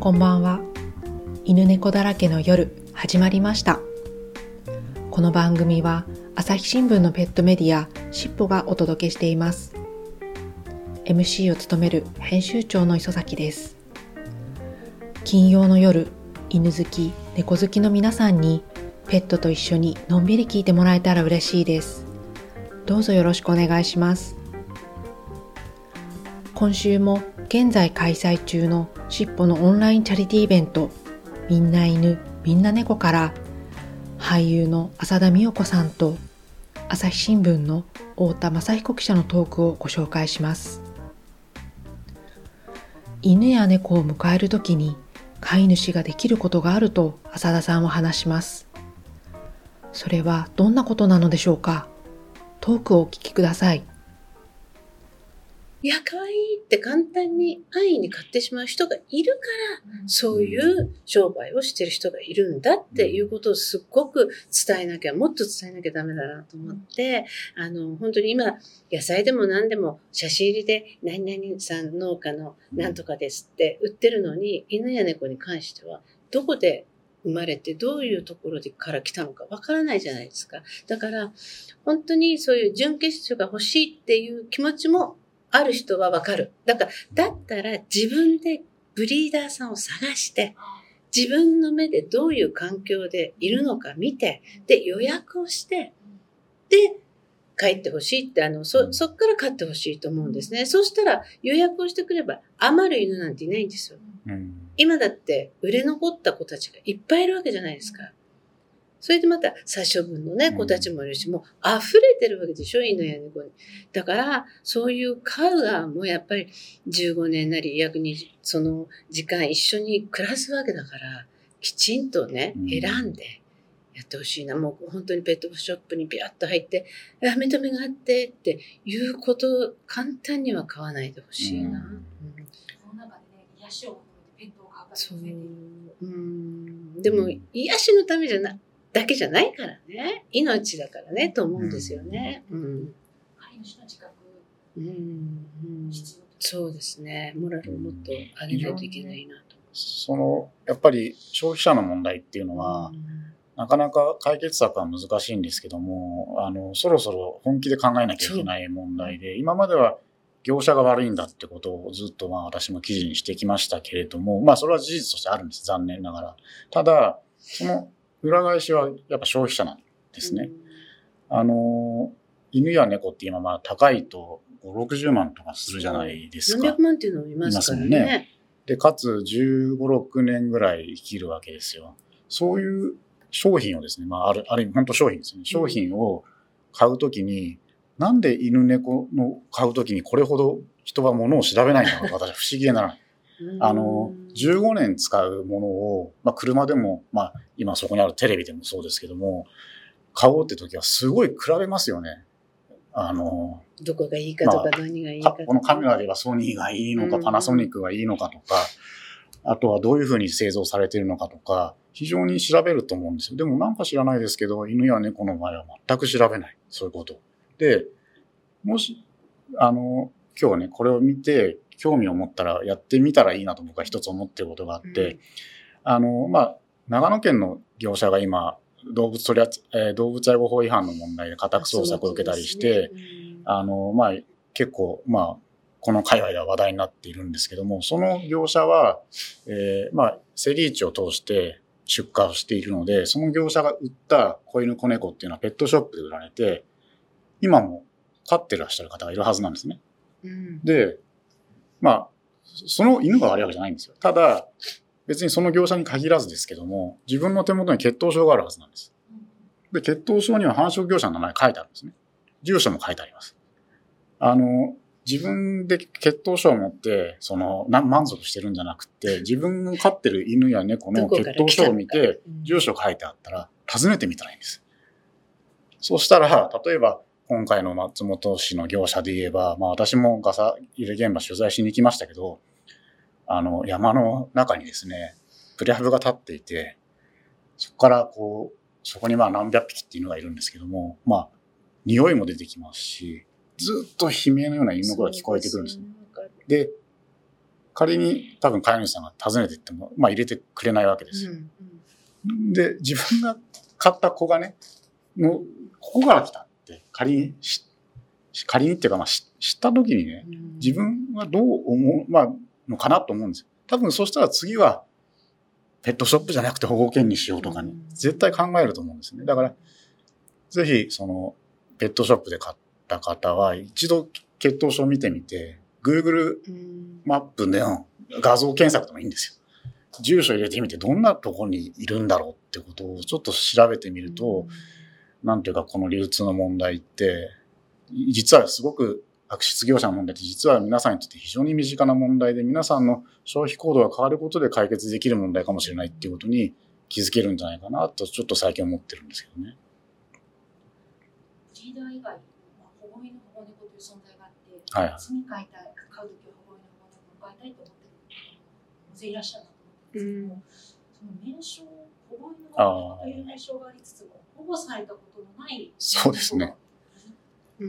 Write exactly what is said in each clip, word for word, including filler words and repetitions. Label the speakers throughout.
Speaker 1: こんばんは。犬猫だらけの夜始まりました。この番組は朝日新聞のペットメディアしっぽがお届けしています。 エムシー を務める編集長の磯崎です。金曜の夜、犬好き猫好きの皆さんにペットと一緒にのんびり聞いてもらえたら嬉しいです。どうぞよろしくお願いします。今週も現在開催中のしっぽのオンラインチャリティーイベント、みんな犬みんな猫から俳優の浅田美代子さんと朝日新聞の太田雅彦記者のトークをご紹介します。犬や猫を迎えるときに飼い主ができることがあると浅田さんは話します。それはどんなことなのでしょうか。トークをお聞きください。
Speaker 2: いや、可愛いって簡単に安易に買ってしまう人がいるから、そういう商売をしてる人がいるんだっていうことをすっごく伝えなきゃ、もっと伝えなきゃダメだなと思って、あの、本当に今、野菜でも何でも写真入りで何々さん農家のなんとかですって売ってるのに、犬や猫に関しては、どこで生まれてどういうところでから来たのかわからないじゃないですか。だから、本当にそういう準決勝が欲しいっていう気持ちもある人はわかる。だから、だったら自分でブリーダーさんを探して、自分の目でどういう環境でいるのか見て、で、予約をして、で、帰ってほしいって、あの、そ、そっから帰ってほしいと思うんですね。そうしたら予約をしてくれば余る犬なんていないんですよ。うん、今だって売れ残った子たちがいっぱいいるわけじゃないですか。それでまた殺処分のね、子たちもいるし、もう溢れてるわけでしょ、犬や猫に。だから、そういう飼う側もやっぱりじゅうごねんなり約にその時間一緒に暮らすわけだから、きちんとね、選んでやってほしいな。もう本当にペットショップにビャッと入って、あ、認めがあってっていうこと簡単には飼わないでほしいな。うん。
Speaker 3: その中でね、癒しを求めてペットを飼う方が
Speaker 2: そう。
Speaker 3: 増えている。
Speaker 2: うん。でも、癒しのためじゃなだけじゃないからね。命だからね、と思うんですよね。うん。
Speaker 3: 飼い主の自覚、
Speaker 2: うん。
Speaker 3: 必要。
Speaker 2: そうですね。モラルをもっと上げないといけないなと。
Speaker 4: その、やっぱり消費者の問題っていうのは、うん、なかなか解決策は難しいんですけども、あの、そろそろ本気で考えなきゃいけない問題で、今までは業者が悪いんだってことをずっとまあ私も記事にしてきましたけれども、まあそれは事実としてあるんです。残念ながら。ただ、その裏返しはやっぱ消費者なんですね。うん、あの、犬や猫って今まあ高いとご、ろくじゅうまんとかするじゃないですか。
Speaker 2: 何百万っていうのもいますからね。いますもんね。
Speaker 4: で、かつじゅうご、ろくねんぐらい生きるわけですよ。そういう商品をですね、まあある、ある意味本当商品ですね。商品を買うときに、うん、なんで犬猫の買うときにこれほど人は物を調べないんだろうと私は不思議でならない。あの、じゅうごねん使うものを、まあ、車でも、まあ、今そこにあるテレビでもそうですけども、買おうって時はすごい比べますよね。あの、
Speaker 2: どこがいいかとか、まあ、何がいいかとか。
Speaker 4: このカメラではソニーがいいのか、パナソニックがいいのかとか、あとはどういうふうに製造されているのかとか、非常に調べると思うんですよ。でもなんか知らないですけど、犬や猫の場合は全く調べない。そういうこと。で、もし、あの、今日ね、これを見て、興味を持ったらやってみたらいいなと僕は一つ思っていることがあって、うん、あの、まあ、長野県の業者が今、動物取り扱い、えー、動物愛護法違反の問題で家宅捜索を受けたりして、ねうん、あの、まあ、結構、まあ、この界隈では話題になっているんですけども、その業者は、えー、まあ、セリーチを通して出荷をしているので、その業者が売った子犬子猫っていうのはペットショップで売られて、今も飼ってらっしゃる方がいるはずなんですね。うん、で、まあ、その犬が悪いわけじゃないんですよ。ただ、別にその業者に限らずですけども、自分の手元に血統証があるはずなんです。で、血統証には繁殖業者の名前書いてあるんですね。住所も書いてあります。あの、自分で血統証を持って、その、満足してるんじゃなくて、自分が飼ってる犬や猫の血統証を見て、住所書いてあったら、訪ねてみたらいいんです。そうしたら、例えば、今回の松本市の業者で言えば、まあ私もガサ入れ現場取材しに行きましたけど、あの山の中にですね、プレハブが立っていて、そこからこう、そこにまあ何百匹っていうのがいるんですけども、まあ匂いも出てきますし、ずっと悲鳴のような犬の声が聞こえてくるんです。で、 仮に多分飼い主さんが訪ねていっても、まあ入れてくれないわけですよ。
Speaker 2: うん
Speaker 4: で、自分が飼った子がね、もうここから来たって仮にし、仮にっていうかまあ知った時にね、
Speaker 2: うん
Speaker 4: 自分はどう思う、まあ、のかなと思うんですよ。多分そしたら次はペットショップじゃなくて保護犬にしようとかね、絶対考えると思うんですね。だから、ぜひそのペットショップで買った方は一度血統書を見てみて、Google マップでの画像検索でもいいんですよ。住所入れてみてどんなところにいるんだろうってことをちょっと調べてみると、なんていうかこの流通の問題って、実はすごく悪質業者の問題って実は皆さんにとって非常に身近な問題で、皆さんの消費行動が変わることで解決できる問題かもしれないっていうことに気づけるんじゃないかなとちょっと最近思ってるんですけどね。
Speaker 3: ブリーダー以外にも保護犬の保護猫という存在があって、
Speaker 4: はいはい、
Speaker 3: 次飼いたい、飼うときは保護犬の保護猫を飼いたいと思っている方も大勢いらっしゃるなと思うんですけども、その名称、保護犬の保護猫という名称がありつつも、保護されたことのない。
Speaker 4: そうですね。
Speaker 2: うん、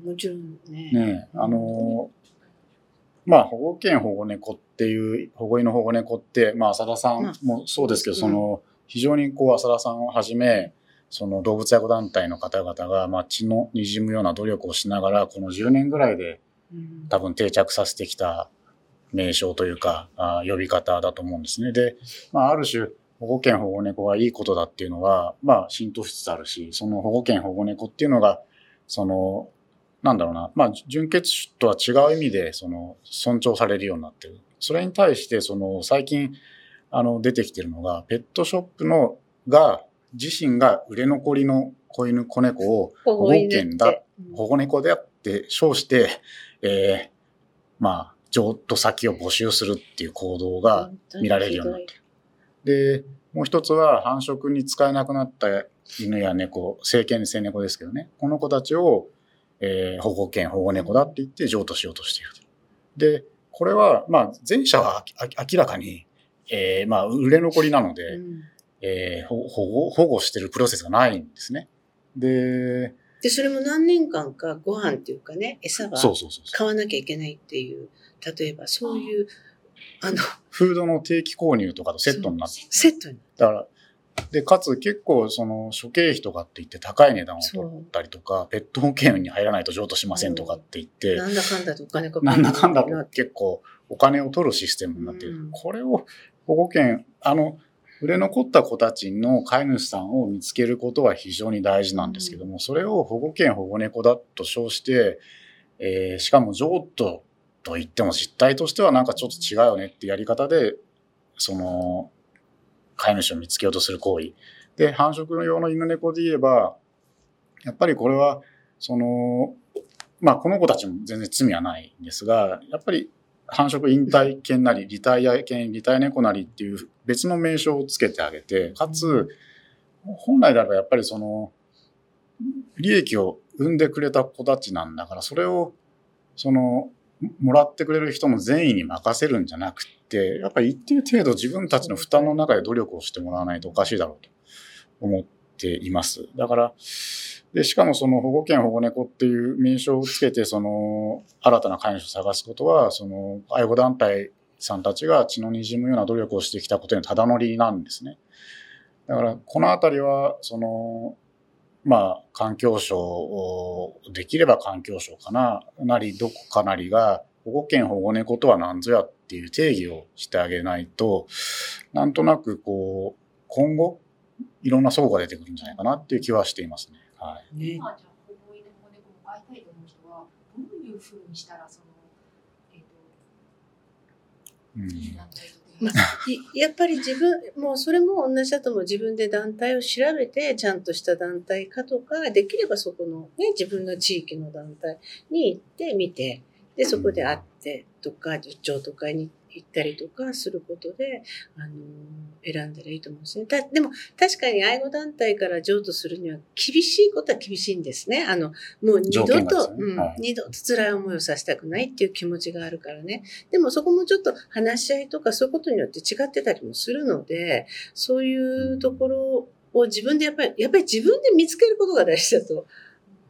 Speaker 2: もちろんね。
Speaker 4: ねえ、あのー、まあ、保護犬保護猫っていう、保護犬の保護猫って、まあ、浅田さんもそうですけど、その、非常にこう、浅田さんをはじめ、その動物愛護団体の方々が、まあ、血の滲むような努力をしながら、このじゅうねんぐらいで、多分定着させてきた名称というか、あ呼び方だと思うんですね。で、まあ、ある種、保護犬保護猫がいいことだっていうのは、まあ、浸透しつつあるし、その保護犬保護猫っていうのが、その、なんだろうな、まあ、純血種とは違う意味で、その、尊重されるようになってる。それに対して、その、最近、あの、出てきてるのが、ペットショップの、が、自身が売れ残りの子犬、子猫を保護犬だ、保護猫であって称して、えー、まあ、譲渡先を募集するっていう行動が見られるようになってる。で、もう一つは繁殖に使えなくなった犬や猫、成犬成猫ですけどね、この子たちを、えー、保護犬、保護猫だって言って譲渡しようとしていると。で、これは、まあ、前者は明らかに、えー、まあ、売れ残りなので、うんえー、保護、保護してるプロセスがないんですね。で、
Speaker 2: で、それも何年間かご飯っていうかね、餌は買わなきゃいけないっていう、例えばそういう、あの、
Speaker 4: フードの定期購入とかとセットになって。
Speaker 2: セットに。
Speaker 4: だから、で、かつ結構その諸経費とかって言って高い値段を取ったりとか、ペット保険に入らないと譲渡しませんとかって言って、
Speaker 2: なんだかんだとお金かか
Speaker 4: る。なんだかんだと結構お金を取るシステムになっている。うん、これを保護犬、あの、売れ残った子たちの飼い主さんを見つけることは非常に大事なんですけども、それを保護犬保護猫だと称して、えー、しかも譲渡と言っても実態としてはなんかちょっと違うよねってやり方で、その、飼い主を見つけようとする行為。で、繁殖用の犬猫で言えば、やっぱりこれは、その、まあこの子たちも全然罪はないんですが、やっぱり繁殖引退犬なり、リタイア犬、リタイア猫なりっていう別の名称をつけてあげて、かつ、本来であればやっぱりその、利益を生んでくれた子たちなんだから、それを、その、もらってくれる人の善意に任せるんじゃなくて、やっぱり一定程度自分たちの負担の中で努力をしてもらわないとおかしいだろうと思っています。だから、で、しかもその保護犬保護猫っていう名称をつけて、その新たな飼い主を探すことは、その愛護団体さんたちが血の滲むような努力をしてきたことにただ乗りなんですね。だから、このあたりは、その、まあ、環境省を、できれば環境省かな、なり、どこかなりが、保護犬保護猫とは何ぞやっていう定義をしてあげないと、なんとなくこう、今後、いろんな層が出てくるんじゃないかなっていう気はしていますね。はい。
Speaker 3: ね、今じゃあ保護犬保護猫も飼いたいと思う人は、どういうふうにしたら、その、えっと、
Speaker 2: うん、まあ、やっぱり自分、もうそれも同じだと思う。自分で団体を調べて、ちゃんとした団体かとか、できればそこのね、自分の地域の団体に行ってみて、で、そこで会ってとか、譲渡会に行ったりとかすることで、あの、選んだらいいと思うんですね。たでも、確かに愛護団体から譲渡するには厳しいことは厳しいんですね。あの、もう二度と、ねうんはい、二度と辛い思いをさせたくないっていう気持ちがあるからね。でもそこもちょっと話し合いとかそういうことによって違ってたりもするので、そういうところを自分でやっぱり、やっぱり自分で見つけることが大事だと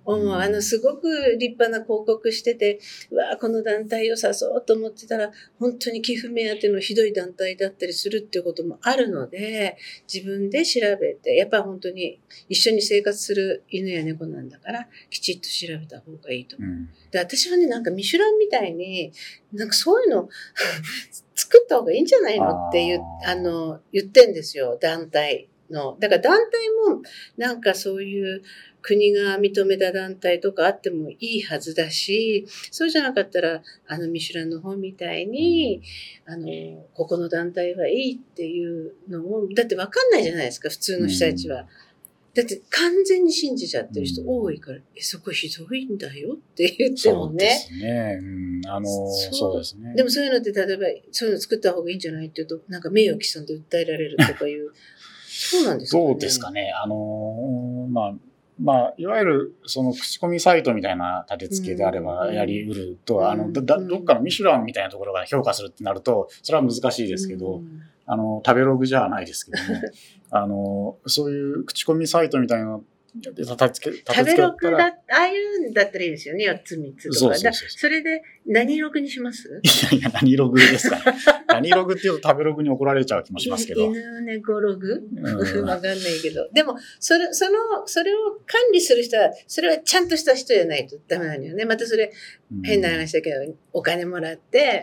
Speaker 2: うん、あの、すごく立派な広告してて、うわこの団体を誘おうと思ってたら、本当に寄付目当てのひどい団体だったりするっていうこともあるので、自分で調べて、やっぱ本当に一緒に生活する犬や猫なんだから、きちっと調べた方がいいと思う。うん、で、私はね、なんかミシュランみたいに、なんかそういうの作った方がいいんじゃないのって言う、あの、言ってんですよ、団体の。だから団体も、なんかそういう国が認めた団体とかあってもいいはずだし、そうじゃなかったら、あのミシュランの本みたいに、あの、ここの団体はいいっていうのも、だってわかんないじゃないですか、普通の人たちは。うん、だって完全に信じちゃってる人多いから、うん、え、そこひどいんだよって言ってもね。
Speaker 4: そうですね。うん、あの、そう、そうですね。
Speaker 2: でもそういうのって例えば、そういうの作った方がいいんじゃないって言うと、なんか名誉毀損で訴えられるとかいう。そうなんですかね。
Speaker 4: どうですかね。あの、まあ、まあ、いわゆる、その、口コミサイトみたいな立て付けであればやり得ると、うん、あの、だ、どっかのミシュランみたいなところが評価するってなると、それは難しいですけど、うん、あの、食べログじゃないですけども、あの、そういう口コミサイトみたいな、立て付け、立て付け
Speaker 2: 食べログだ、ああいうんだったらいいですよね。よっつみっつとか。そうそうそうそう。それで、何ログにします？
Speaker 4: いやいや、何ログですかね。何ログっていうと食べログに怒られちゃう気もしますけど。
Speaker 2: 犬猫ログ？うん、わかんないけど。でも、それ、その、それを管理する人は、それはちゃんとした人じゃないとダメなのよね。またそれ、変な話だけど、うん、お金もらって、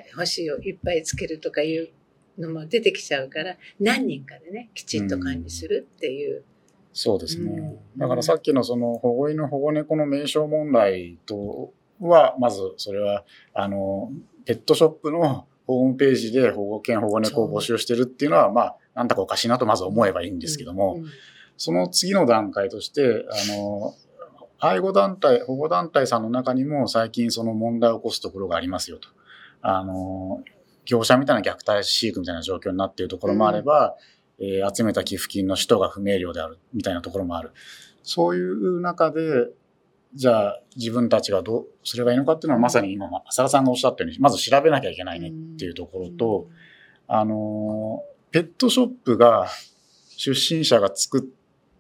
Speaker 2: 星をいっぱいつけるとかいうのも出てきちゃうから、何人かでね、きちんと管理するっていう。うん、
Speaker 4: そうですね。うん、だからさっきのその保護犬保護猫の名称問題とは、まずそれは、あの、ペットショップのホームページで保護犬保護猫を募集してるっていうのは、まあ、なんだかおかしいなとまず思えばいいんですけども、うんうん、その次の段階として、あの、愛護団体、保護団体さんの中にも最近その問題を起こすところがありますよと。あの、業者みたいな虐待飼育みたいな状況になっているところもあれば、うんえー、集めた寄付金の使途が不明瞭であるみたいなところもある。そういう中で、じゃあ自分たちがどうすればいいのかっていうのはまさに今、浅田さんがおっしゃったように、まず調べなきゃいけないねっていうところと、あの、ペットショップが、出身者が作った、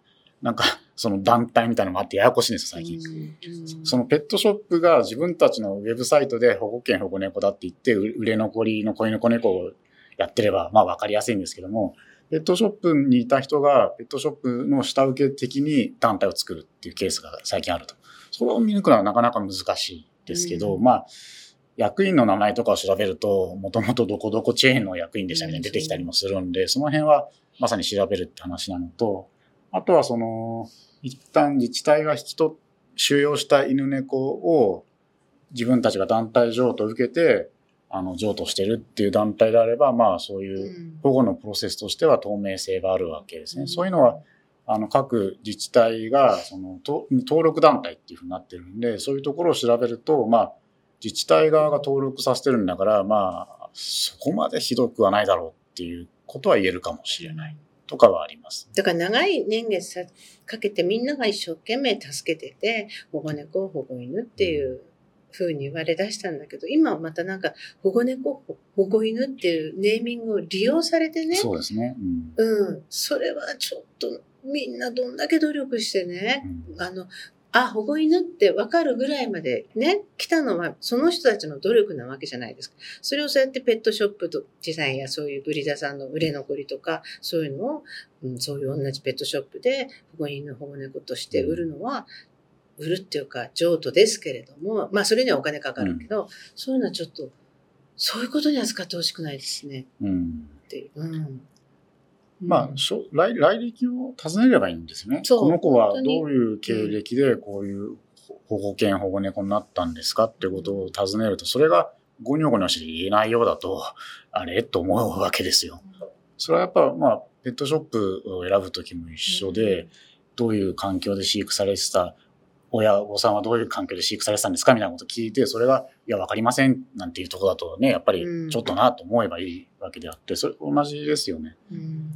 Speaker 4: なんか、その団体みたいなのもあってややこしいんですよ、最近。そのペットショップが自分たちのウェブサイトで保護犬保護猫だって言って、売れ残りの子犬子猫をやってれば、まあ分かりやすいんですけども、ペットショップにいた人が、ペットショップの下請け的に団体を作るっていうケースが最近あると。それを見抜くのはなかなか難しいですけど、うん、まあ、役員の名前とかを調べると、もともとどこどこチェーンの役員でしたみたいに出てきたりもするんで、その辺はまさに調べるって話なのと、あとはその、一旦自治体が引き取っ、収容した犬猫を自分たちが団体譲渡を受けて、あの、譲渡してるっていう団体であれば、まあそういう保護のプロセスとしては透明性があるわけですね。うん、そういうのは、あの、各自治体が、その、登録団体っていうふうになってるんで、そういうところを調べると、まあ、自治体側が登録させてるんだから、まあ、そこまでひどくはないだろうっていうことは言えるかもしれないとかはあります。
Speaker 2: だから長い年月かけてみんなが一生懸命助けてて、保護猫、保護犬っていう風に言われ出したんだけど、今はまたなんか保護猫、保護犬っていうネーミングを利用されてね。
Speaker 4: そうですね。
Speaker 2: うん。うん、それはちょっとみんなどんだけ努力してね、うん、あの、あ、保護犬って分かるぐらいまでね、来たのはその人たちの努力なわけじゃないですか。それをそうやってペットショップとデザインやそういうブリーダーさんの売れ残りとか、そういうのを、うん、そういう同じペットショップで保護犬、保護猫として売るのは、売るっていうか譲渡ですけれども、まあそれにはお金かかるけど、うん、そういうのはちょっと、そういうことには使ってほしくないですね。うん。っていう。うん
Speaker 4: まあ、来, 来歴を尋ねればいいんですよね。この子はどういう経歴でこういう保護犬、保護猫になったんですかってことを尋ねると、それがゴニョゴニョして言えないようだと、あれと思うわけですよ。それはやっぱ、まあ、ペットショップを選ぶときも一緒で、どういう環境で飼育されてた、親御さんはどういう環境で飼育されてたんですかみたいなことを聞いて、それが、いや、わかりませんなんていうところだとね、やっぱりちょっとなと思えばいいわけであって、それ同じですよね。うん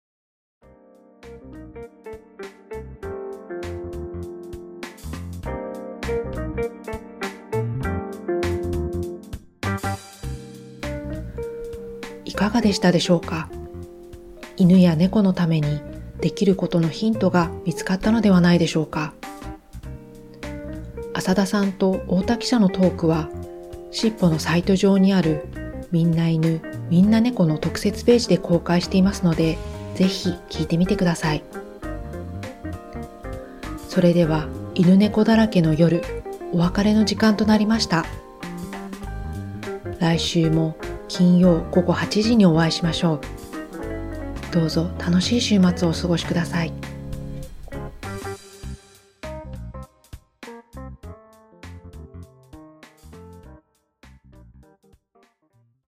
Speaker 1: いかがでしたでしょうか。犬や猫のためにできることのヒントが見つかったのではないでしょうか。 浅田さんと太田記者のトークは、しっぽのサイト上にあるみんな犬、みんな猫の特設ページで公開していますので、ぜひ聞いてみてください。それでは、犬猫だらけの夜、お別れの時間となりました。来週も金曜午後はちじにお会いしましょう。どうぞ楽しい週末をお過ごしください。